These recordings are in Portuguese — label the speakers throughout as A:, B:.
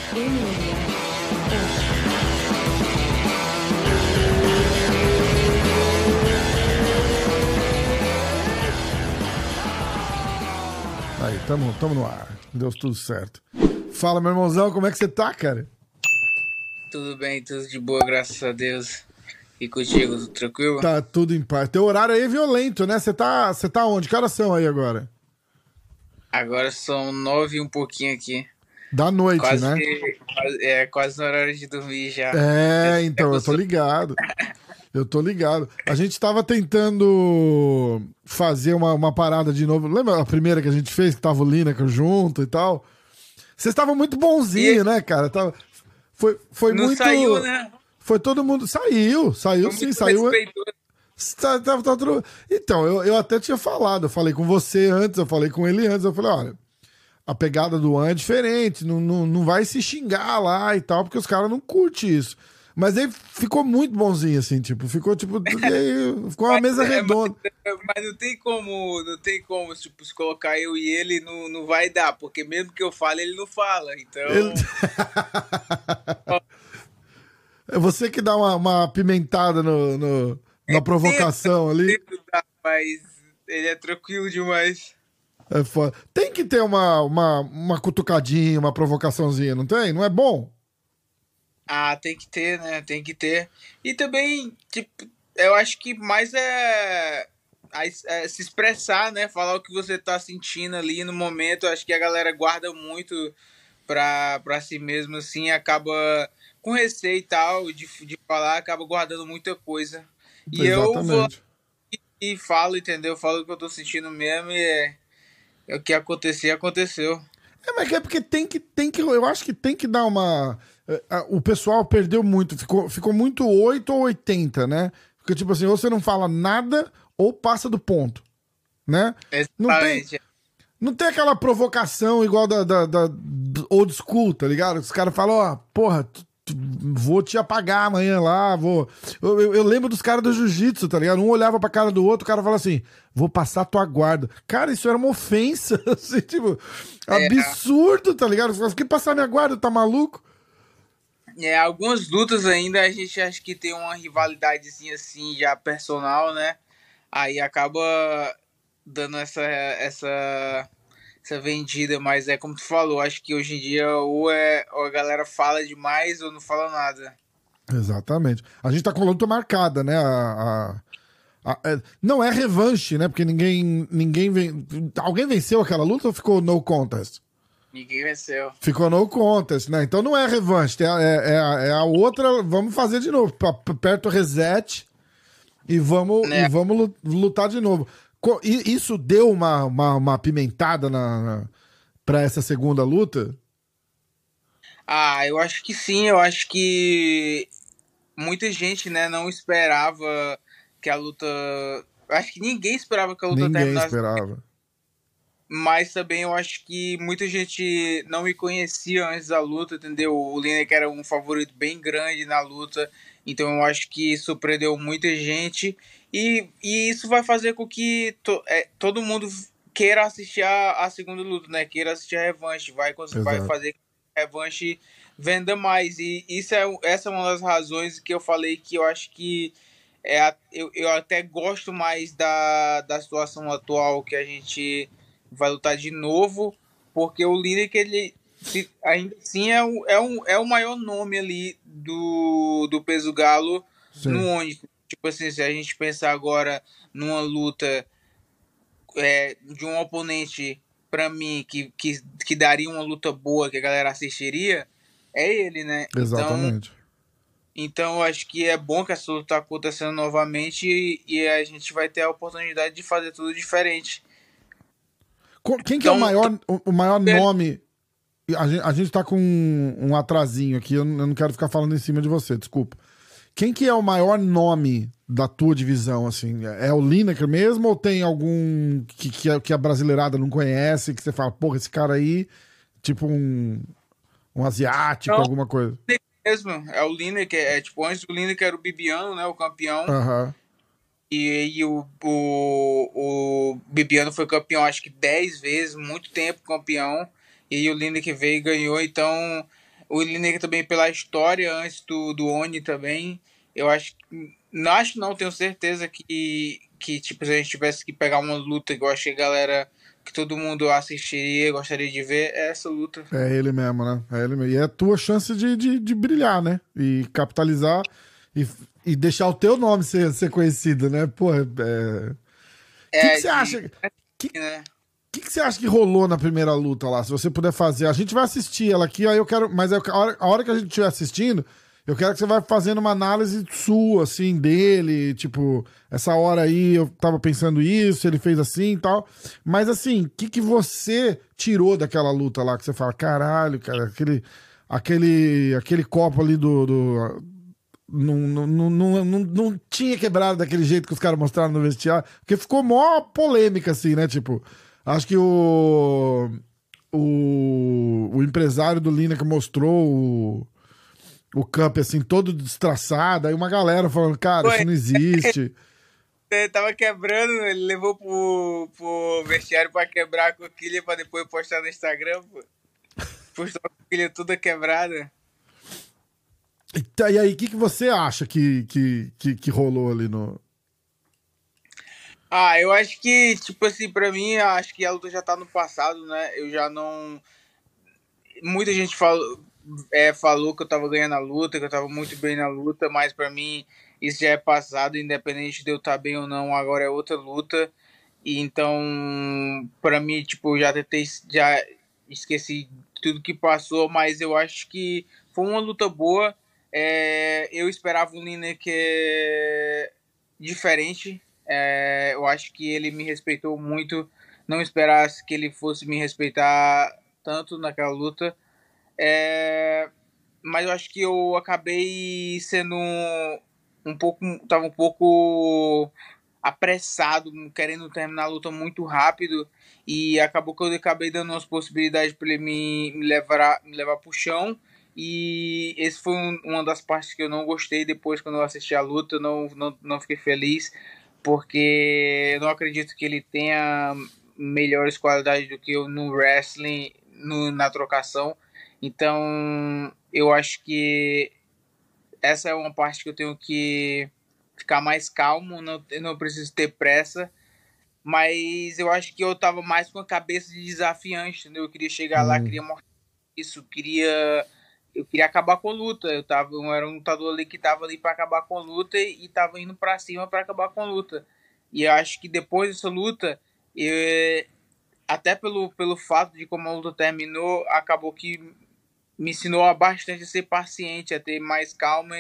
A: Aí, tamo no ar. Deu tudo certo. Fala, meu irmãozão, como é que você tá, cara?
B: Tudo bem, tudo de boa, graças a Deus. E contigo, tudo tranquilo?
A: Tá tudo em paz. Teu horário aí é violento, né? Você tá onde? Que horas são aí agora?
B: Agora são 9 e um pouquinho aqui.
A: Da noite,
B: Quase,
A: né?
B: quase na hora de dormir já.
A: É, então, eu tô ligado. Eu tô ligado. A gente tava tentando fazer uma parada de novo. Lembra a primeira que a gente fez, que tava o Lineker junto e tal? Vocês estavam muito bonzinho, né, cara? Foi
B: Não
A: muito...
B: saiu, né?
A: Foi todo mundo... Saiu
B: Foi
A: sim,
B: muito
A: saiu...
B: respeitoso.
A: Então, eu até tinha falado, eu falei com você antes, eu falei com ele antes, eu falei, olha, a pegada do An é diferente, não vai se xingar lá e tal, porque os caras não curtem isso. Mas aí ficou muito bonzinho, assim, tipo, ficou ficou uma mesa redonda.
B: Mas não tem como, tipo, se colocar eu e ele, não vai dar, porque mesmo que eu fale, ele não fala, então...
A: É você que dá uma pimentada na provocação ali.
B: Mas ele é tranquilo demais.
A: É foda. Tem que ter uma cutucadinha, uma provocaçãozinha, não tem? Não é bom?
B: Ah, tem que ter, né? Tem que ter. E também, tipo, eu acho que mais é se expressar, né? Falar o que você tá sentindo ali no momento. Eu acho que a galera guarda muito pra si mesmo, assim, acaba com receio e tal de falar, acaba guardando muita coisa. E eu vou lá
A: Exatamente.
B: e falo, entendeu? Falo o que eu tô sentindo mesmo e é o que acontecer, aconteceu.
A: É, mas é porque eu acho que tem que dar uma... O pessoal perdeu muito, ficou muito 8 ou 80, né? Porque, tipo assim, ou você não fala nada ou passa do ponto, né? Não tem,
B: Exatamente.
A: não tem aquela provocação igual da old school, tá ligado? Os caras falam, ó, porra, vou te apagar amanhã lá, vou... Eu lembro dos caras do jiu-jitsu, tá ligado? Um olhava pra cara do outro, o cara falava assim, vou passar tua guarda. Cara, isso era uma ofensa, assim, tipo,
B: É,
A: absurdo, tá ligado? Você fala, que passar minha guarda, tá maluco?
B: algumas lutas ainda a gente acha que tem uma rivalidadezinha assim já personal, né? Aí acaba dando essa vendida, mas é como tu falou, acho que hoje em dia ou a galera fala demais ou não fala nada.
A: Exatamente. A gente tá com a luta marcada, né? Não é revanche, né? Porque alguém venceu aquela luta ou ficou no contest?
B: Ninguém venceu.
A: Ficou no contest, né? Então não é revanche, é a outra. Vamos fazer de novo. Aperta o reset e
B: Né?
A: vamos lutar de novo. Isso deu uma apimentada pra essa segunda luta?
B: Ah, eu acho que sim, eu acho que muita gente, né, não esperava que a luta. Acho que ninguém esperava que a luta
A: Ninguém
B: terminasse.
A: esperava.
B: Mas também eu acho que muita gente não me conhecia antes da luta, entendeu? O Lineker era um favorito bem grande na luta, então eu acho que surpreendeu muita gente. E isso vai fazer com que todo mundo queira assistir a segunda luta, né? Queira assistir a revanche, vai
A: Exato.
B: fazer com que a revanche venda mais. E essa é uma das razões que eu falei que eu acho que eu até gosto mais da situação atual que a gente vai lutar de novo, porque o Lineker, ele ainda assim é o maior nome ali do peso galo no
A: Sim.
B: onde. Tipo assim, se a gente pensar agora numa luta de um oponente, pra mim, que daria uma luta boa, que a galera assistiria, é ele, né?
A: Exatamente.
B: Então eu acho que é bom que essa luta tá acontecendo novamente e a gente vai ter a oportunidade de fazer tudo diferente.
A: Quem que é o
B: Então,
A: maior, o maior nome? A gente tá com um atrasinho aqui, eu não quero ficar falando em cima de você, desculpa. Quem que é o maior nome da tua divisão, assim? É o Lineker mesmo ou tem algum que a brasileirada não conhece, que você fala, porra, esse cara aí, tipo um asiático,
B: não,
A: alguma coisa?
B: mesmo, é o Lineker, tipo, antes do Lineker era o Bibiano, né, o campeão,
A: Aham.
B: e o Bibiano foi campeão acho que 10 vezes, muito tempo campeão, e aí o Lineker veio e ganhou, então O Lineker também pela história antes do Oni também. Eu acho que não, tenho certeza que tipo, se a gente tivesse que pegar uma luta igual acho que a galera, que todo mundo assistiria, gostaria de ver, é essa luta.
A: É ele mesmo, né? É ele mesmo. E é a tua chance de brilhar, né? E capitalizar e, e deixar o teu nome ser conhecido, né? Pô, que
B: É,
A: você acha? Que,
B: né?
A: que você acha que rolou na primeira luta lá? Se você puder fazer. A gente vai assistir ela aqui, aí eu quero. Mas a hora que a gente estiver assistindo, eu quero que você vai fazendo uma análise sua, assim, dele. Tipo, essa hora aí eu tava pensando isso, ele fez assim e tal. Mas assim, o que você tirou daquela luta lá? Que você fala, caralho, cara, aquele copo ali não tinha quebrado daquele jeito que os caras mostraram no vestiário. Porque ficou mó polêmica, assim, né? Tipo, acho que o empresário do Lina que mostrou o Cup, assim, todo destraçado. Aí uma galera falando, cara, isso
B: Foi,
A: não existe.
B: ele tava quebrando, ele levou pro vestiário pra quebrar a coquilha pra depois postar no Instagram, pô. Postou a coquilha toda quebrada.
A: E aí, o que você acha que rolou ali no.
B: Ah, eu acho que, tipo assim, pra mim, eu acho que a luta já tá no passado, né? Eu já não. Muita gente falou que eu tava ganhando a luta, que eu tava muito bem na luta, mas pra mim isso já é passado, independente de eu estar bem ou não, agora é outra luta. E então, pra mim, tipo, eu já tentei, já esqueci tudo que passou, mas eu acho que foi uma luta boa. Eu esperava um Lineker diferente. Eu acho que ele me respeitou muito. Não esperasse que ele fosse me respeitar tanto naquela luta. É, mas eu acho que eu acabei sendo tava um pouco apressado, querendo terminar a luta muito rápido e acabou que eu acabei dando umas possibilidades para ele me levar pro chão e esse foi uma das partes que eu não gostei depois quando eu assisti a luta, eu não fiquei feliz porque eu não acredito que ele tenha melhores qualidades do que eu no wrestling, na trocação. Então, eu acho que essa é uma parte que eu tenho que ficar mais calmo, eu não preciso ter pressa, mas eu acho que eu tava mais com a cabeça de desafiante, entendeu? Eu queria chegar lá,
A: Hum,
B: queria mostrar isso, eu queria acabar com a luta. Eu era um lutador ali que tava ali para acabar com a luta e tava indo para cima para acabar com a luta. E eu acho que depois dessa luta, eu, até pelo fato de como a luta terminou, acabou que me ensinou bastante a ser paciente, a ter mais calma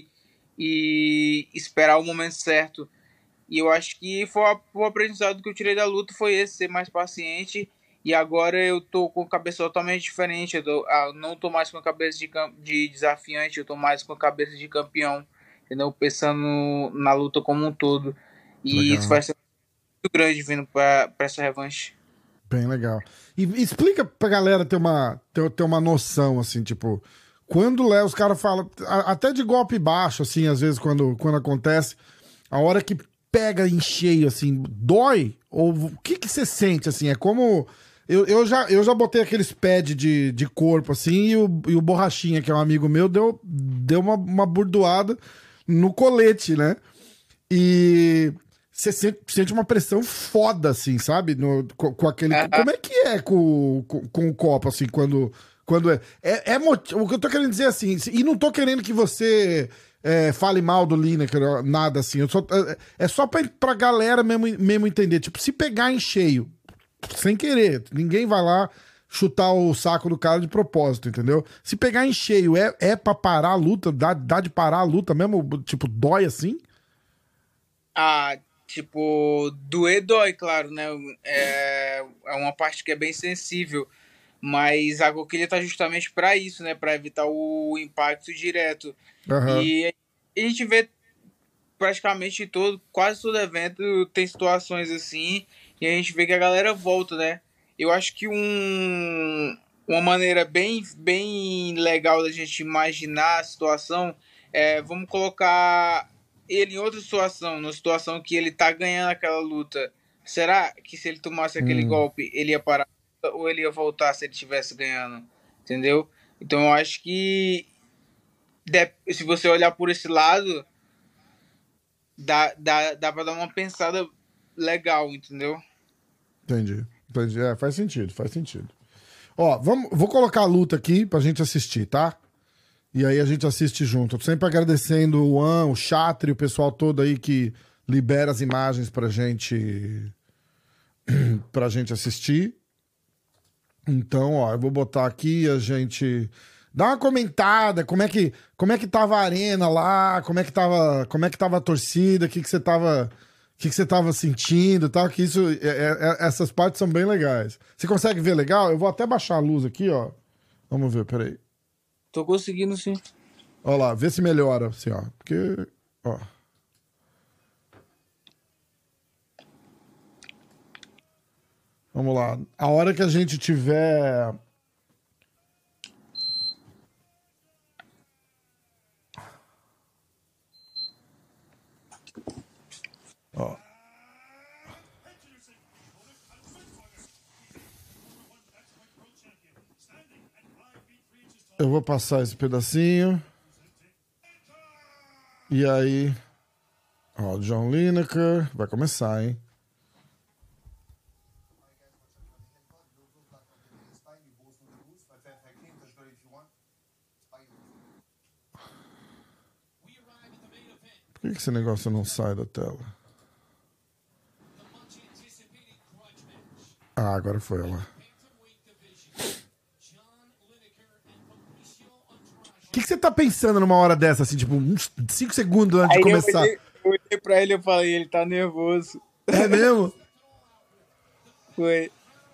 B: e esperar o momento certo. E eu acho que o aprendizado que eu tirei da luta foi esse, ser mais paciente. E agora eu tô com a cabeça totalmente diferente. Não tô mais com a cabeça de desafiante, eu tô mais com a cabeça de campeão. Entendeu? Pensando na luta como um todo. E isso
A: legal.
B: vai ser muito grande vindo pra essa revanche.
A: Bem legal. E explica pra galera ter uma noção, assim, tipo, quando os caras falam, até de golpe baixo, assim, às vezes, quando acontece, a hora que pega em cheio, assim, dói? Ou o que você sente, assim? É como. Eu já botei aqueles pads de corpo, assim, e o Borrachinha, que é um amigo meu, deu uma burdoada no colete, né? E você sente uma pressão foda, assim, sabe? Com aquele. Como é que é com o copo, assim, quando é. O que eu tô querendo dizer, assim, e não tô querendo que você fale mal do Lineker, nada assim. É só pra galera mesmo entender. Tipo, se pegar em cheio, sem querer, ninguém vai lá chutar o saco do cara de propósito, entendeu? Se pegar em cheio, é pra parar a luta? Dá de parar a luta mesmo? Tipo, dói assim?
B: Ah, tipo, doer dói, claro, né? É uma parte que é bem sensível, mas a coquilha tá justamente para isso, né? Para evitar o impacto direto.
A: Aham.
B: E a gente vê praticamente quase todo evento tem situações assim, e a gente vê que a galera volta, né? Eu acho que uma maneira bem legal da gente imaginar a situação vamos colocar ele em outra situação, numa situação que ele tá ganhando aquela luta. Será que se ele tomasse aquele
A: Hum.
B: golpe, ele ia parar ou ele ia voltar se ele estivesse ganhando? Entendeu? Então eu acho que se você olhar por esse lado, dá pra dar uma pensada legal, entendeu?
A: Entendi. Entendi. É, faz sentido, faz sentido. Ó, vou colocar a luta aqui pra gente assistir, tá? E aí a gente assiste junto. Tô sempre agradecendo o An, o Chatri, o pessoal todo aí que libera as imagens pra gente assistir. Então, ó, eu vou botar aqui, a gente dá uma comentada, como é que tava a arena lá, como é que tava a torcida, o que você tava sentindo, tal, que isso essas partes são bem legais. Você consegue ver legal? Eu vou até baixar a luz aqui, ó. Vamos ver, peraí.
B: Tô conseguindo sim.
A: Ó lá, vê se melhora, assim, ó. Porque, ó. Vamos lá. A hora que a gente tiver. Ó. Eu vou passar esse pedacinho. E aí. Ó, John Lineker. Vai começar, hein? Por que esse negócio não sai da tela? Ah, agora foi, olha lá. O que você tá pensando numa hora dessa, assim, tipo, uns 5 segundos antes de começar?
B: Eu olhei pra ele e falei, ele tá nervoso.
A: É mesmo?
B: Foi.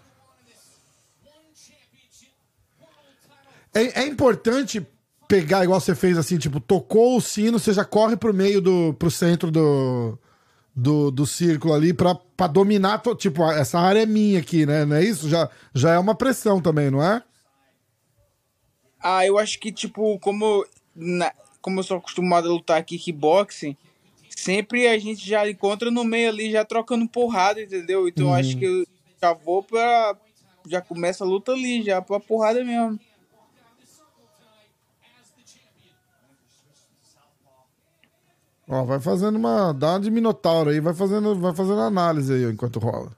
A: É importante pegar, igual você fez, assim, tipo, tocou o sino, você já corre pro centro do círculo ali pra dominar, tipo, essa área é minha aqui, né? Não é isso? Já é uma pressão também, não é?
B: Ah, eu acho que, tipo, como eu sou acostumado a lutar kickboxing, sempre a gente já encontra no meio ali, já trocando porrada, entendeu? Então eu acho que eu já vou pra. Já começa a luta ali, já pra porrada mesmo.
A: Ó, vai fazendo dá uma de minotauro aí, vai fazendo análise aí ó, enquanto rola.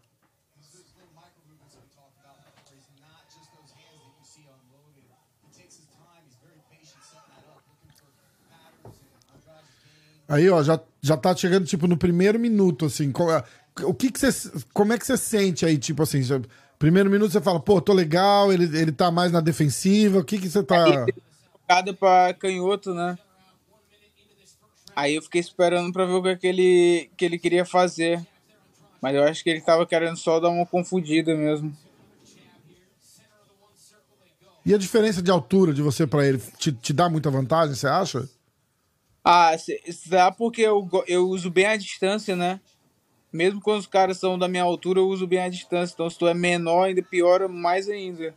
A: Aí, ó, já tá chegando, tipo, no primeiro minuto, assim. Como é que você sente aí, tipo assim, primeiro minuto você fala, pô, tô legal, ele tá mais na defensiva, o que você
B: Aí
A: tá...
B: tocada pra canhoto, né? Aí eu fiquei esperando pra ver o que ele queria fazer. Mas eu acho que ele tava querendo só dar uma confundida mesmo.
A: E a diferença de altura de você pra ele, te dá muita vantagem, você acha?
B: Ah, dá porque eu uso bem a distância, né? Mesmo quando os caras são da minha altura, eu uso bem a distância. Então, se tu é menor, ainda piora mais ainda.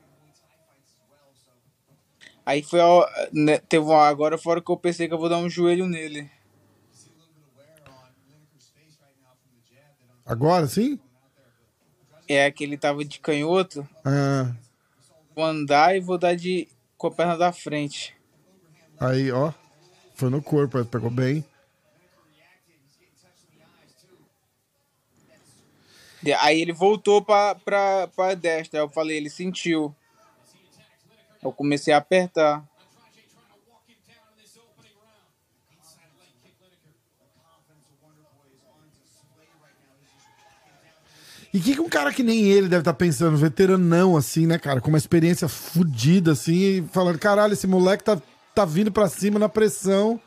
B: Aí foi né, teve agora fora que eu pensei que eu vou dar um joelho nele.
A: Agora, sim?
B: É que ele tava de canhoto.
A: Ah,
B: Vou andar e vou dar com a perna da frente.
A: aí, ó, foi no corpo, pegou bem.
B: Aí ele voltou pra destra. Aí eu falei, ele sentiu. Eu comecei a apertar.
A: E o que um cara que nem ele deve estar pensando, veteranão, assim, né, cara? Com uma experiência fodida, assim, e falando, caralho, esse moleque tá vindo pra cima na pressão.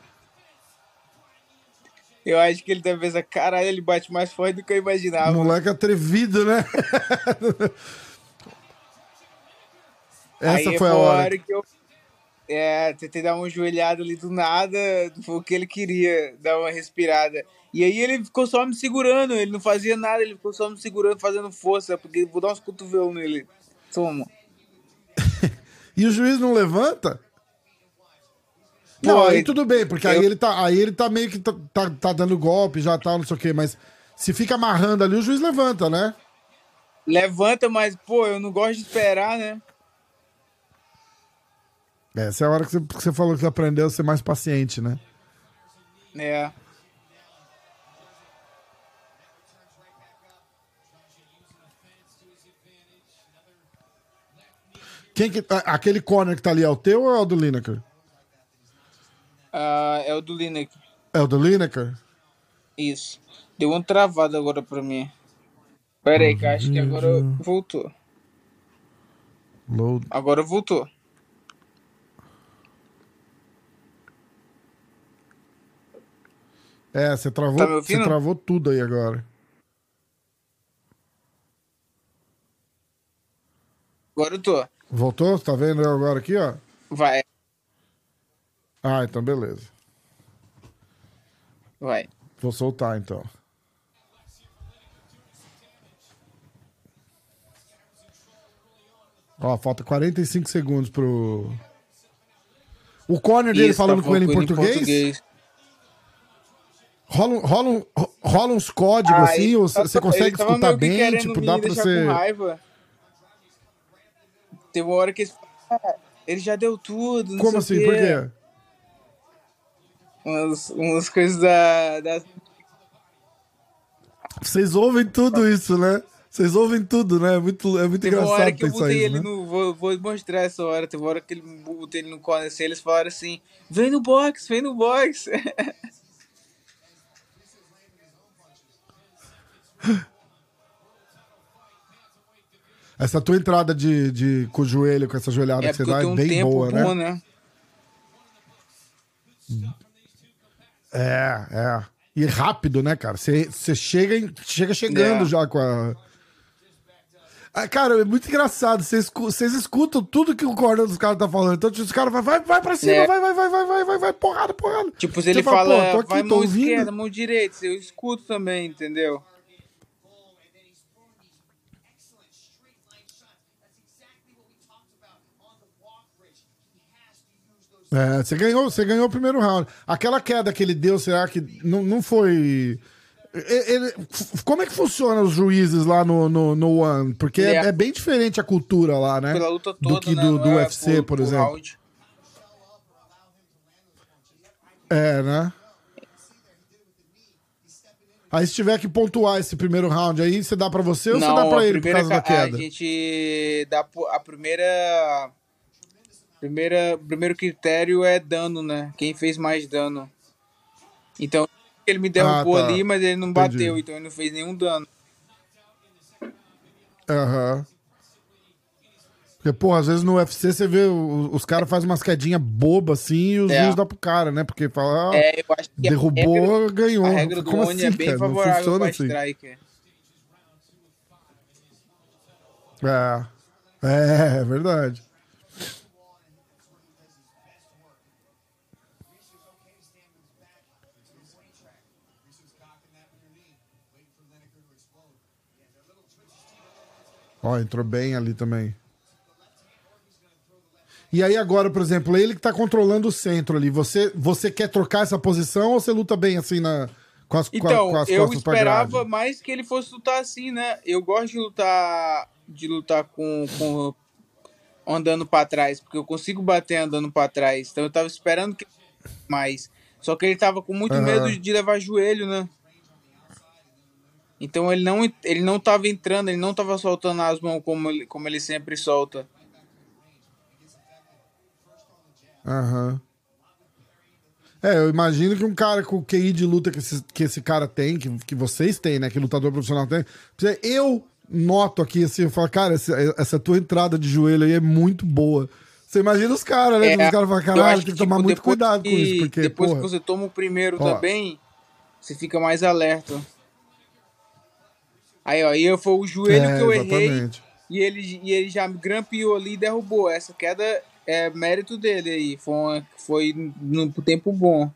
B: Eu acho que ele deve pensar, caralho, ele bate mais forte do que eu imaginava.
A: Moleque atrevido, né? Essa
B: Aí
A: foi a
B: foi a
A: hora.
B: hora que eu tentei dar uma joelhada ali do nada, foi o que ele queria, dar uma respirada. E aí ele ficou só me segurando, ele não fazia nada, ele ficou só me segurando, fazendo força, porque vou dar uns cotovelos nele. Toma.
A: E o juiz não levanta?
B: Pô,
A: Não, aí tudo bem, porque
B: eu-
A: aí ele tá meio que tá dando golpe, já tá, não sei o quê, mas se fica amarrando ali, o juiz levanta, né?
B: levanta, mas, pô, eu não gosto de esperar, né?
A: Essa é a hora que você falou que aprendeu a ser mais paciente, né?
B: É.
A: Aquele corner que tá ali é o teu ou é o do Lineker?
B: É o do Lineker.
A: É o do Lineker?
B: Isso. Deu uma travada agora pra mim. Pera aí, que acho que agora voltou.
A: Load.
B: Agora voltou.
A: Você travou,
B: Tá me
A: você
B: ouvindo?
A: travou tudo aí agora.
B: Agora eu tô.
A: Voltou? Tá vendo eu agora aqui, ó?
B: Vai,
A: Então beleza.
B: vai.
A: Vou soltar então. Ó, falta 45 segundos pro. O corner dele
B: Isso,
A: falando
B: tá
A: com ele em português? Rola uns códigos assim, ou você consegue
B: ele tava
A: escutar
B: meio que
A: bem?
B: querendo
A: Tipo,
B: me
A: dá pra
B: deixar com
A: você.
B: raiva. Teve uma hora que ele já deu tudo, não
A: Como
B: sei
A: assim?
B: o
A: Por
B: quê.
A: quê?
B: Umas coisas da.
A: Vocês ouvem tudo isso, né? Vocês ouvem tudo, né? É muito
B: Teve uma hora
A: engraçado
B: que eu
A: pensar
B: botei
A: isso,
B: ele
A: né?
B: no. Vou mostrar essa hora. Teve uma hora que eu botei ele no corner assim, eles falaram assim: vem no box, vem no box.
A: Essa tua entrada com o joelho, com essa joelhada
B: É
A: que você
B: porque eu
A: dá, é
B: tenho um
A: bem
B: tempo
A: boa,
B: bom,
A: né?
B: né?
A: É. E rápido, né, cara? Você chega chegando
B: É.
A: já com a. Cara, é muito engraçado. Vocês escutam tudo que o corner dos caras tá falando. Então, tipo, os caras vai pra cima,
B: Né?
A: vai, porrada, porrada.
B: Tipo, se
A: Você
B: ele
A: fala, pô, tô
B: fala,
A: aqui,
B: vai
A: tô
B: mão esquerda,
A: ouvindo.
B: mão direita, eu escuto também, entendeu?
A: Você ganhou o primeiro round. Aquela queda que ele deu, será que não foi. Como é que funciona os juízes lá no One? Porque
B: Ele é
A: é bem diferente a cultura lá, né?
B: pela luta
A: Do
B: toda,
A: que
B: né?
A: do
B: Não é
A: UFC, por
B: por
A: exemplo.
B: round.
A: Né? Aí se tiver que pontuar esse primeiro round aí, você dá pra você ou você dá
B: Não,
A: pra ele por causa da
B: a
A: queda?
B: gente dá a primeiro critério é dano, né? Quem fez mais dano. Então, ele me derrubou
A: Tá.
B: ali, mas ele não
A: Entendi.
B: bateu, então ele não fez nenhum dano.
A: Aham. Porque, pô, às vezes no UFC você vê os caras fazem umas quedinhas bobas assim e os juízes
B: É.
A: dão pro cara, né? Porque fala,
B: Eu acho que
A: derrubou, ganhou.
B: a regra do
A: Como
B: ONI é
A: assim,
B: bem
A: cara? Não
B: favorável
A: funciona
B: pra
A: assim.
B: striker.
A: É verdade. Ó, entrou bem ali também. E aí agora, por exemplo, ele que tá controlando o centro ali, você quer trocar essa posição ou você luta bem assim com
B: Então,
A: as
B: eu
A: costas pra grade?
B: esperava mais que ele fosse lutar assim, né? Eu gosto de lutar com andando pra trás, porque eu consigo bater andando pra trás. Então eu tava esperando que mais. Só que ele tava com muito medo
A: Aham.
B: de levar joelho, né? Então ele não tava entrando, ele não tava soltando as mãos como ele sempre solta.
A: Aham. Eu imagino que um cara com o QI de luta que esse cara tem, que vocês têm, né? Que lutador profissional tem. Eu noto aqui assim, eu falo, cara, essa tua entrada de joelho aí é muito boa. Você imagina os caras, né? Os caras falam,
B: Eu
A: caralho,
B: acho
A: tem
B: que
A: que tomar
B: tipo,
A: muito cuidado com isso, porque,
B: depois que
A: porra.
B: você toma o primeiro
A: Ó,
B: também, você fica mais alerta. Aí, ó, aí foi o joelho que eu errei
A: exatamente.
B: e ele já me grampeou ali e derrubou. Essa queda é mérito dele aí. Foi no tempo bom.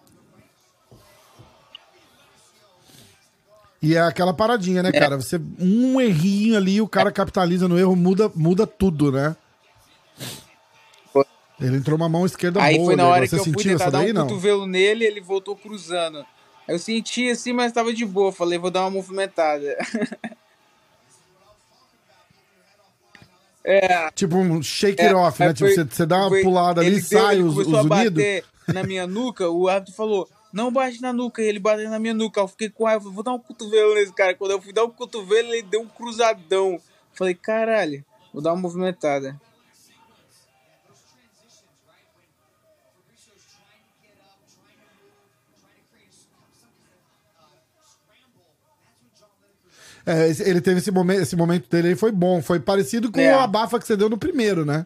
A: E é aquela paradinha, né, cara? Você, um errinho ali, o cara capitaliza no erro, muda tudo, né? Ele entrou uma mão esquerda
B: Aí
A: boa
B: foi
A: ali.
B: na hora
A: Agora,
B: que
A: você
B: eu fui
A: sentiu
B: tentar
A: essa
B: dar
A: daí,
B: um
A: não?
B: cotovelo nele, ele voltou cruzando. Eu senti assim, mas tava de boa. Falei, vou dar uma movimentada. É,
A: Tipo um shake it off,
B: aí
A: né? Tipo, você dá uma pulada ali, sai
B: ele
A: os
B: começou a
A: unidos.
B: bater na minha nuca, o árbitro falou, não bate na nuca, e ele bateu na minha nuca, eu fiquei com raiva, vou dar um cotovelo nesse cara, quando eu fui dar um cotovelo, ele deu um cruzadão, falei, caralho, vou dar uma movimentada.
A: É, ele teve esse momento dele aí, foi bom. Foi parecido com
B: É.
A: a bafa que você deu no primeiro, né?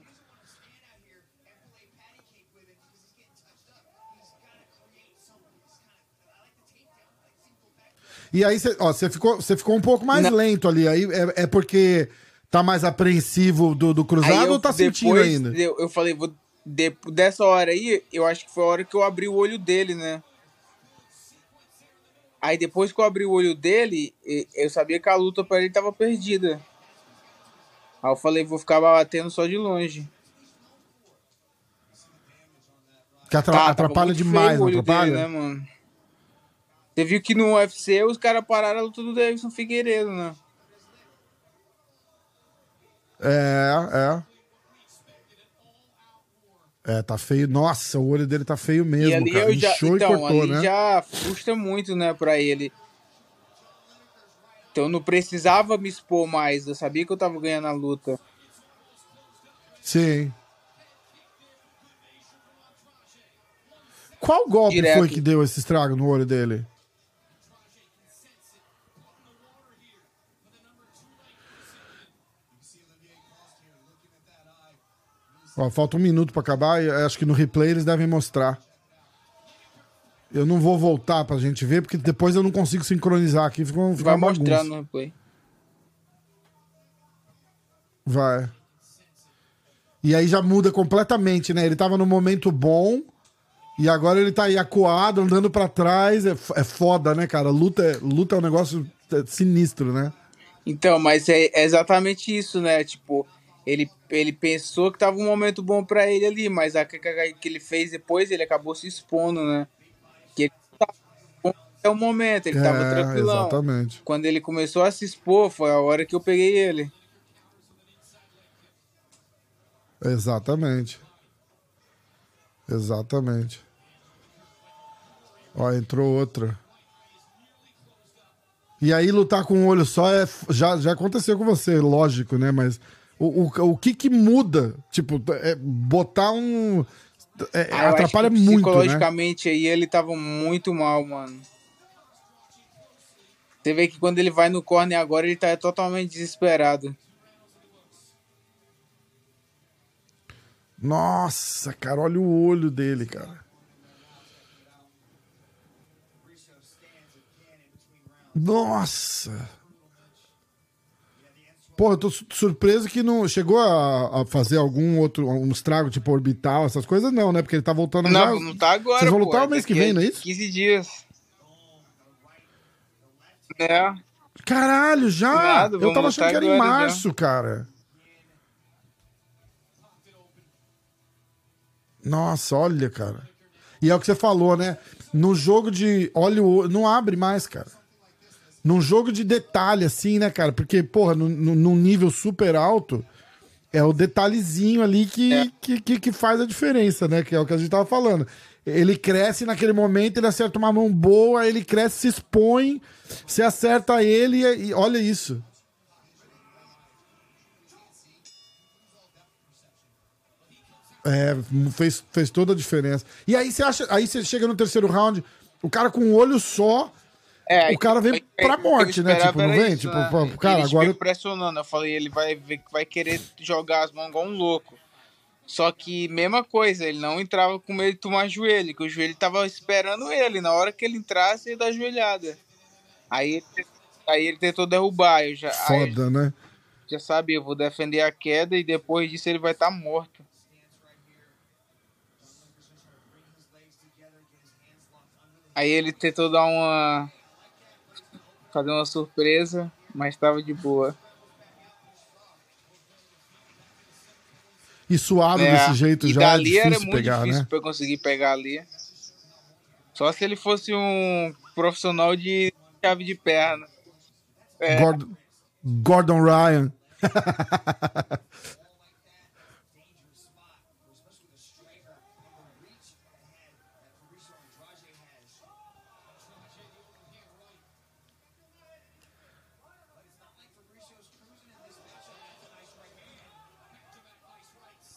A: E aí você ficou um pouco mais
B: Não.
A: lento ali. Aí é porque tá mais apreensivo do cruzado ou tá sentindo ainda?
B: Eu falei, dessa hora aí, eu acho que foi a hora que eu abri o olho dele, né? Aí depois que eu abri o olho dele, eu sabia que a luta pra ele tava perdida. Aí eu falei, vou ficar batendo só de longe.
A: Que
B: Tava
A: atrapalha
B: muito
A: demais,
B: feio o
A: não
B: olho
A: atrapalha?
B: dele, né, mano? Você viu que no UFC os caras pararam a luta do Davidson Figueiredo, né?
A: É. É, tá feio. Nossa, o olho dele tá feio
B: E
A: mesmo,
B: ali
A: cara.
B: eu já.
A: Inchou e
B: Então,
A: cortou,
B: ali
A: né?
B: já frustra muito, né, pra ele. Então eu não precisava me expor mais. Eu sabia que eu tava ganhando a luta.
A: Sim. Qual golpe foi
B: Direto.
A: que deu esse estrago no olho dele? Ó, falta um minuto pra acabar e acho que no replay eles devem mostrar. Eu não vou voltar pra gente ver, porque depois eu não consigo sincronizar aqui, fica
B: Vai
A: uma
B: mostrar
A: bagunça.
B: no replay.
A: Vai. E aí já muda completamente, né? Ele tava no momento bom e agora ele tá aí acuado, andando pra trás. É foda, né, cara? Luta é um negócio sinistro, né?
B: Então, mas é exatamente isso, né? Tipo, ele pensou que tava um momento bom pra ele ali, mas a que ele fez depois, ele acabou se expondo, né? Que ele tava bom até o momento, ele tava
A: É,
B: tranquilão.
A: exatamente.
B: Quando ele começou a se expor, foi a hora que eu peguei ele.
A: Exatamente. Exatamente. Ó, entrou outra. E aí lutar com um olho só já aconteceu com você, lógico, né? Mas o que muda? Tipo, botar um...
B: Ah, eu acho que
A: atrapalha muito, né?
B: psicologicamente aí ele tava muito mal, mano. Você vê que quando ele vai no corner agora, ele tá totalmente desesperado.
A: Nossa, cara, olha o olho dele, cara. Nossa. Pô, eu tô surpreso que não chegou a fazer algum outro, um estrago, tipo orbital, essas coisas, não, né? Porque ele tá voltando já.
B: Não, não tá agora,
A: Vocês vão
B: pô.
A: lutar o mês que vem, não é isso?
B: 15 dias. É,
A: Caralho, já?
B: nada,
A: Eu
B: vamos
A: tava achando
B: lutar
A: que era em
B: agora já.
A: março, cara. Nossa, olha, cara. E é o que você falou, né? No jogo de olho, não abre mais, cara. Num jogo de detalhe, assim, né, cara? Porque, porra, num nível super alto, é o detalhezinho ali
B: É.
A: que faz a diferença, né? Que é o que a gente tava falando. Ele cresce naquele momento, ele acerta uma mão boa, ele cresce, se expõe, você acerta ele e olha isso. É, fez toda a diferença. E aí aí você chega no terceiro round, o cara com um olho só, o cara vem pra morte, né? Tipo, não vem?
B: Isso,
A: Tipo,
B: né?
A: cara,
B: Ele
A: agora.
B: veio pressionando. Eu falei, ele vai ver que vai querer jogar as mãos igual um louco. Só que, mesma coisa, ele não entrava com medo de tomar joelho, que o joelho tava esperando ele. Na hora que ele entrasse, ele dá joelhada. Aí, aí ele tentou derrubar.
A: Foda, né?
B: Já sabia, eu vou defender a queda e depois disso ele vai estar morto. Aí ele tentou fazer uma surpresa, mas tava de boa.
A: E suado desse jeito
B: E
A: já é
B: dali era
A: difícil
B: muito
A: pegar,
B: difícil
A: né?
B: pra eu conseguir pegar ali. Só se ele fosse um profissional de chave de perna.
A: Gordon Ryan.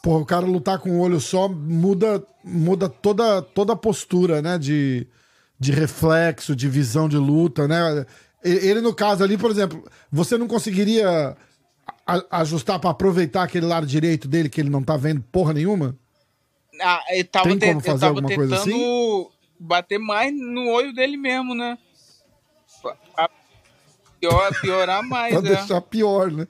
A: Pô, o cara lutar com o olho só muda toda a postura, né? De reflexo, de visão de luta, né? Ele, no caso ali, por exemplo, você não conseguiria ajustar pra aproveitar aquele lado direito dele que ele não tá vendo porra nenhuma? Tem como fazer alguma coisa assim?
B: Tentando bater mais no olho dele mesmo, né? Pra piorar mais,
A: Pra deixar pior, né?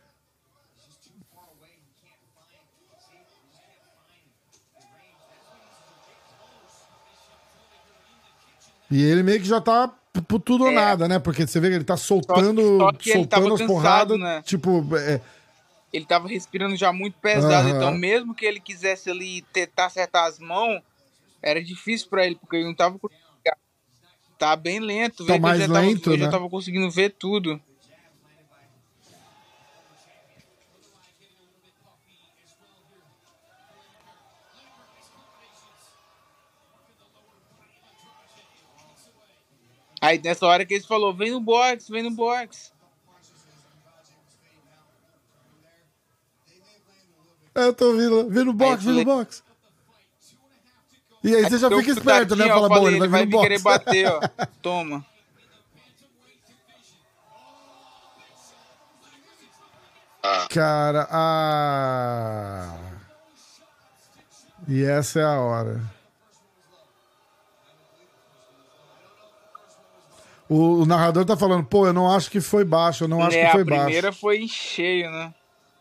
A: E ele meio que já tá por tudo ou nada, né? Porque você vê que ele tá soltando
B: ele tava
A: as
B: cansado,
A: porradas,
B: né?
A: tipo...
B: Ele tava respirando já muito pesado, então mesmo que ele quisesse ali tentar acertar as mãos, era difícil pra ele, porque ele não tava conseguindo. Tá bem lento,
A: tá mais lento,
B: eu
A: né?
B: já tava conseguindo ver tudo. Aí nessa hora que ele falou, vem no box, vem no box.
A: Eu tô ouvindo, vem no box, vem no box. E aí você já fica esperto, né? Fala, bom, ele vai vir no box.
B: Querer bater, ó. Toma.
A: Cara, E essa é a hora. O narrador tá falando, pô, eu não acho que foi baixo, eu não acho que foi baixo.
B: A primeira foi em cheio, né?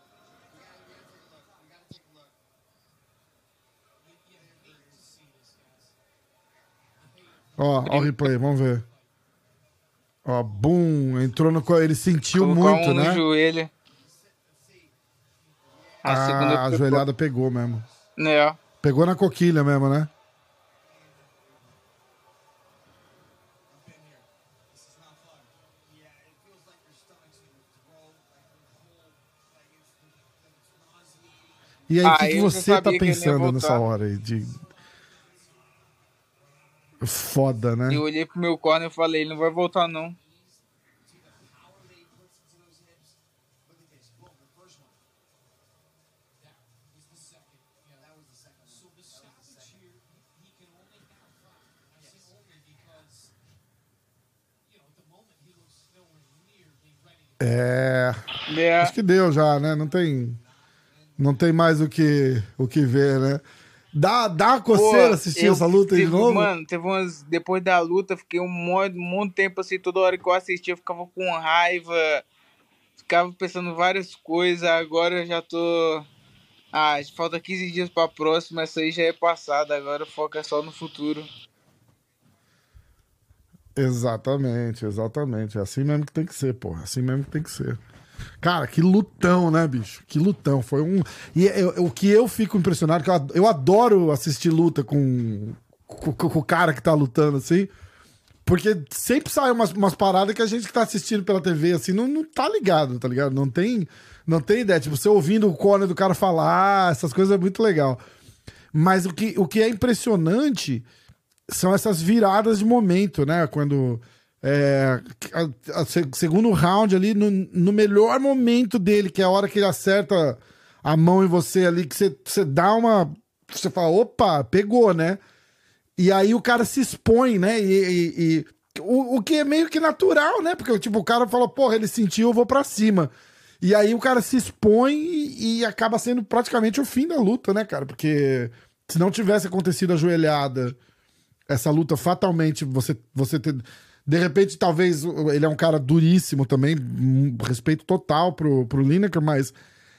A: Ó o replay, vamos ver. Ó, bum, entrou no... Ele sentiu muito, né?
B: No joelho.
A: A joelhada pegou mesmo.
B: É.
A: Pegou na coquilha mesmo, né? E aí, o que você tá pensando nessa hora aí? Foda, né?
B: Eu olhei pro meu corner e falei, ele não vai voltar, não.
A: Acho que deu já, né? Não tem mais o que ver, né? Dá uma coceira assistir essa luta aí de novo?
B: Mano, depois da luta, fiquei um monte de tempo assim, toda hora que eu assistia, eu ficava com raiva, ficava pensando várias coisas. Agora eu já tô. Falta 15 dias pra próxima, essa aí já é passada, agora o foco é só no futuro.
A: Exatamente. É assim mesmo que tem que ser, porra. Assim mesmo que tem que ser. Cara, que lutão, né, bicho? Que lutão. Foi um. E o que eu fico impressionado, que eu adoro assistir luta com o cara que tá lutando, assim. Porque sempre sai umas paradas que a gente que tá assistindo pela TV, assim, não tá ligado, tá ligado? Não tem ideia. Tipo, você ouvindo o corner do cara falar, essas coisas é muito legal. Mas o que é impressionante são essas viradas de momento, né? Quando segundo round ali, no melhor momento dele, que é a hora que ele acerta a mão em você ali, que você dá uma... Você fala, opa, pegou, né? E aí o cara se expõe, né? O que é meio que natural, né? Porque tipo, o cara fala, porra, ele sentiu, eu vou pra cima. E aí o cara se expõe e acaba sendo praticamente o fim da luta, né, cara? Porque se não tivesse acontecido a joelhada, essa luta fatalmente, você ter... De repente, talvez, ele é um cara duríssimo também, respeito total pro Lineker, mas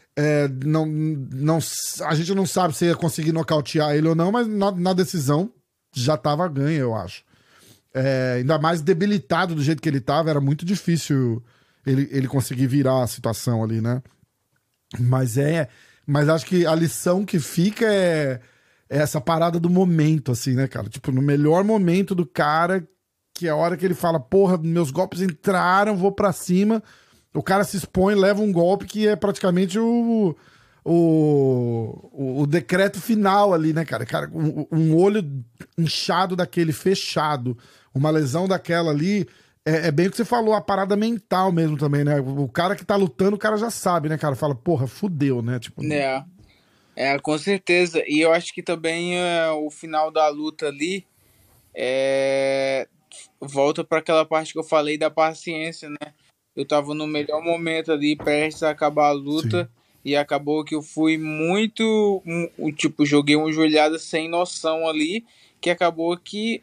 A: a gente não sabe se ia conseguir nocautear ele ou não, mas na decisão já tava ganha, eu acho. Ainda mais debilitado do jeito que ele tava, era muito difícil ele conseguir virar a situação ali, né? Mas acho que a lição que fica é essa parada do momento, assim, né, cara? Tipo, no melhor momento do cara, que é a hora que ele fala, porra, meus golpes entraram, vou pra cima, o cara se expõe, leva um golpe que é praticamente o decreto final ali, né, cara? Um olho inchado daquele, fechado, uma lesão daquela ali, é bem o que você falou, a parada mental mesmo também, né? O cara que tá lutando, o cara já sabe, né, cara? Fala, porra, fudeu, né? Tipo,
B: Com certeza. E eu acho que também o final da luta ali é, volta para aquela parte que eu falei da paciência, né? Eu tava no melhor momento ali, prestes a acabar a
A: Sim.
B: luta, e acabou que eu fui muito, tipo, joguei uma joelhada sem noção ali, que acabou que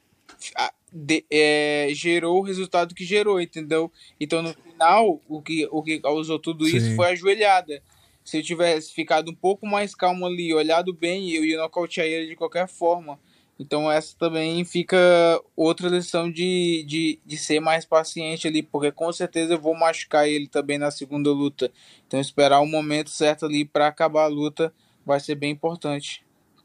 B: gerou o resultado que gerou, entendeu? Então no final, o que causou tudo isso
A: Sim.
B: foi a joelhada. Se eu tivesse ficado um pouco mais calmo ali, olhado bem, eu ia nocautear ele de qualquer forma. Então essa também fica outra lição de ser mais paciente ali, porque com certeza eu vou machucar ele também na segunda luta. Então esperar o momento certo ali para acabar a luta vai ser bem importante.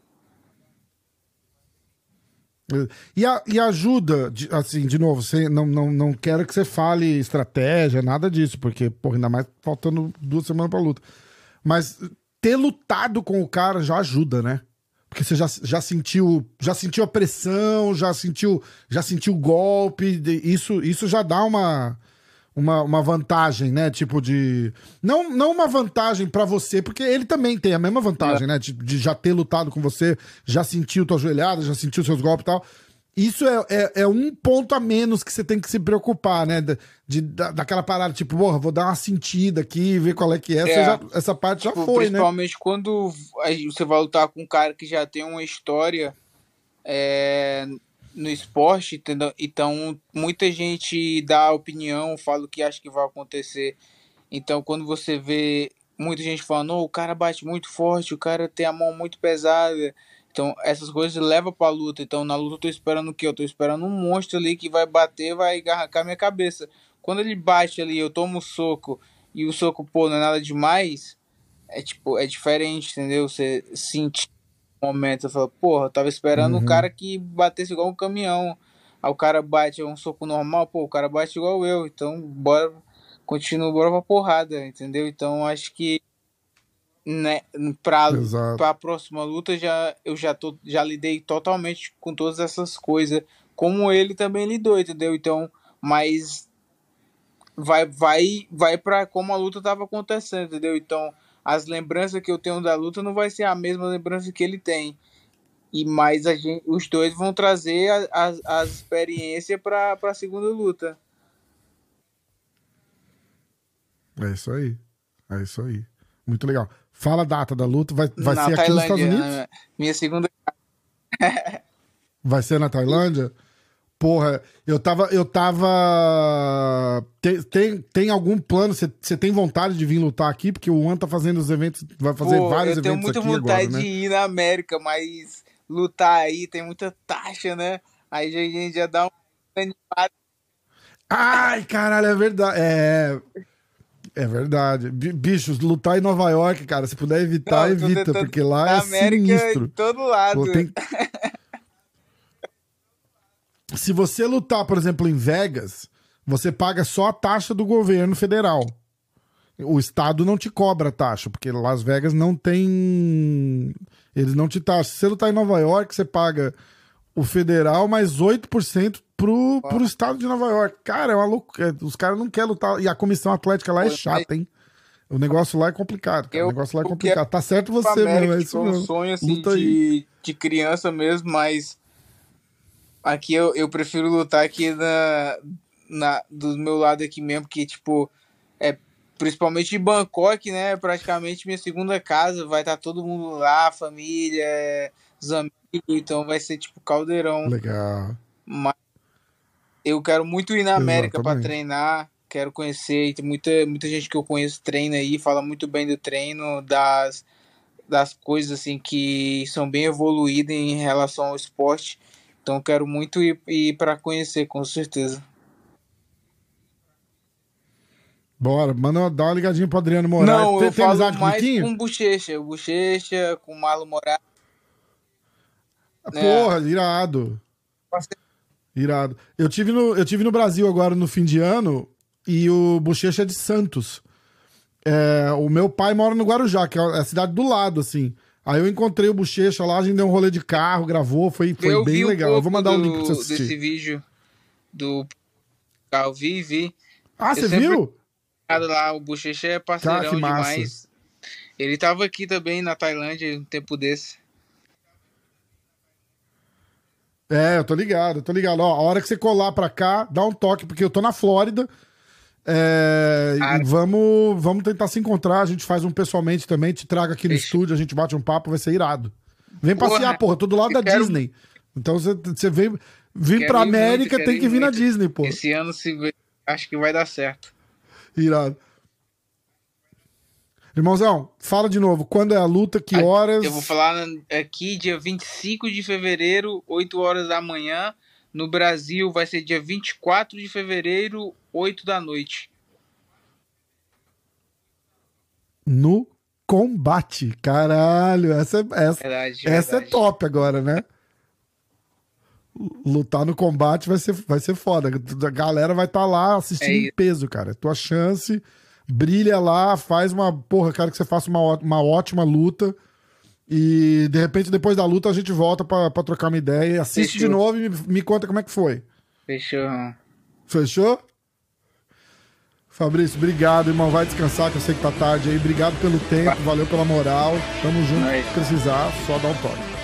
A: E ajuda, assim, de novo, você, não quero que você fale estratégia, nada disso, porque, porra, ainda mais faltando 2 semanas pra luta. Mas ter lutado com o cara já ajuda, né? Porque você já sentiu a pressão, já sentiu o golpe, isso já dá uma vantagem, né? Tipo de. Não uma vantagem pra você, porque ele também tem a mesma vantagem, né? De já ter lutado com você, já sentiu tua joelhada, já sentiu seus golpes e tal. Isso é um ponto a menos que você tem que se preocupar, né? Daquela parada, tipo, porra, vou dar uma sentida aqui, ver qual é que é.
B: É,
A: Essa parte já
B: tipo,
A: foi, né?
B: principalmente quando você vai lutar com um cara que já tem uma história é, no esporte, entendeu? Então muita gente dá opinião, fala o que acha que vai acontecer. Então quando você vê muita gente falando, oh, o cara bate muito forte, o cara tem a mão muito pesada. Então essas coisas levam pra luta. Então na luta eu tô esperando o quê? Eu tô esperando um monstro ali que vai bater, vai arrancar minha cabeça. Quando ele bate ali, eu tomo um soco e o soco, pô, não é nada demais, é tipo, é diferente, entendeu? Você sentir o momento, você fala, porra, eu tava esperando um cara
A: Uhum.
B: que batesse igual um caminhão. Aí o cara bate um soco normal, pô, o cara bate igual eu, então bora, continua, bora pra porrada, entendeu? Então acho que, né, pra,
A: Exato.
B: pra próxima luta já lidei totalmente com todas essas coisas, como ele também lidou, entendeu? Então, mas vai para como a luta estava acontecendo, entendeu? Então, as lembranças que eu tenho da luta não vai ser a mesma lembrança que ele tem. E mais os dois vão trazer as experiências para a segunda luta.
A: É isso aí. É isso aí. Muito legal. Fala a data da luta. Vai
B: Na
A: ser aqui nos Estados
B: Tailândia,
A: Unidos?
B: minha segunda.
A: Vai ser na Tailândia? Porra, eu tava. Tem algum plano? Você tem vontade de vir lutar aqui? Porque o One tá fazendo os eventos, vai fazer
B: Pô,
A: vários
B: eu tenho
A: eventos
B: muita
A: aqui agora,
B: vontade de
A: né?
B: ir na América, mas lutar aí tem muita taxa, né? Aí a gente já dá um animado.
A: Ai, caralho, é verdade. É verdade. Bichos, lutar em Nova York, cara, se puder
B: Não,
A: evitar,
B: eu tô
A: evita,
B: tentando
A: porque lá
B: na
A: é
B: América em
A: sinistro.
B: todo lado.
A: Tem, se você lutar, por exemplo, em Vegas, você paga só a taxa do governo federal. O estado não te cobra taxa, porque Las Vegas não tem. Eles não te taxam. Se você lutar em Nova York, você paga o federal mais 8% pro estado de Nova York. Cara, é uma loucura. Os caras não querem lutar. E a comissão atlética lá é chata, hein? O negócio lá é complicado, cara. O negócio lá é
B: Eu quero
A: complicado. Tá certo
B: ir pra
A: você mesmo,
B: América,
A: é
B: tipo,
A: isso
B: é um
A: mesmo.
B: sonho assim
A: Luta aí.
B: de criança mesmo, mas aqui eu prefiro lutar aqui do meu lado aqui mesmo, que tipo, é principalmente em Bangkok, né? Praticamente minha segunda casa, vai estar todo mundo lá, família, os amigos, então vai ser tipo caldeirão.
A: Legal.
B: Mas eu quero muito ir na América para
A: Exatamente.
B: treinar, quero conhecer, e tem muita gente que eu conheço treina aí, fala muito bem do treino, das coisas assim que são bem evoluídas em relação ao esporte. Então quero muito ir para conhecer, com certeza.
A: Bora, manda dar uma ligadinha pro Adriano Moraes.
B: Não, eu
A: Tem
B: falo
A: amizade com o
B: mais
A: Miquinho?
B: com Bochecha, com Marlon Moraes, né?
A: Porra, irado. Irado. Eu tive no Brasil agora no fim de ano e o Bochecha é de Santos. O meu pai mora no Guarujá, que é a cidade do lado, assim. Aí eu encontrei o Bochecha lá, a gente deu um rolê de carro, gravou, foi
B: Eu
A: bem
B: vi um
A: legal. Eu vou
B: pouco
A: mandar o link pra você assistir.
B: desse vídeo do carro, vi.
A: Ah,
B: Eu
A: você
B: sempre
A: viu?
B: lá, o Bochecha é
A: Cara, que
B: parceirão
A: massa.
B: demais. Ele tava aqui também na Tailândia um tempo desse.
A: É, eu tô ligado, eu tô ligado. Ó, a hora que você colar pra cá, dá um toque, porque eu tô na Flórida. E
B: Cara,
A: vamos tentar se encontrar. A gente faz um pessoalmente também, te traga aqui no
B: fechou.
A: estúdio, a gente bate um papo, vai ser irado. Vem passear,
B: Porra,
A: porra, tô do lado
B: eu
A: da Disney. Então você vem pra
B: quero ir muito,
A: América,
B: quero
A: tem
B: ir
A: que vir na
B: muito.
A: Disney, pô.
B: Esse ano acho que vai dar certo.
A: Irado. Irmãozão, fala de novo. Quando é a luta? Que
B: Eu vou
A: horas?
B: falar aqui, dia 25 de fevereiro, 8 horas da manhã. No Brasil vai ser dia 24 de fevereiro, 8 da noite.
A: No combate. Caralho,
B: Verdade,
A: essa é
B: verdade.
A: top agora, né? Lutar no combate vai ser foda. A galera vai estar lá
B: É
A: assistindo em
B: isso.
A: peso, cara. É tua chance, brilha lá, faz uma. Porra, quero que você faça uma ótima luta. E de repente, depois da luta, a gente volta pra trocar uma ideia. Assiste de
B: Fechou.
A: novo e me conta como é que foi.
B: Fechou.
A: Fechou? Fabrício, obrigado, irmão. Vai descansar, que eu sei que tá tarde aí. Obrigado pelo tempo, valeu pela moral. Tamo junto.
B: Nós.
A: Se precisar, só dá um toque.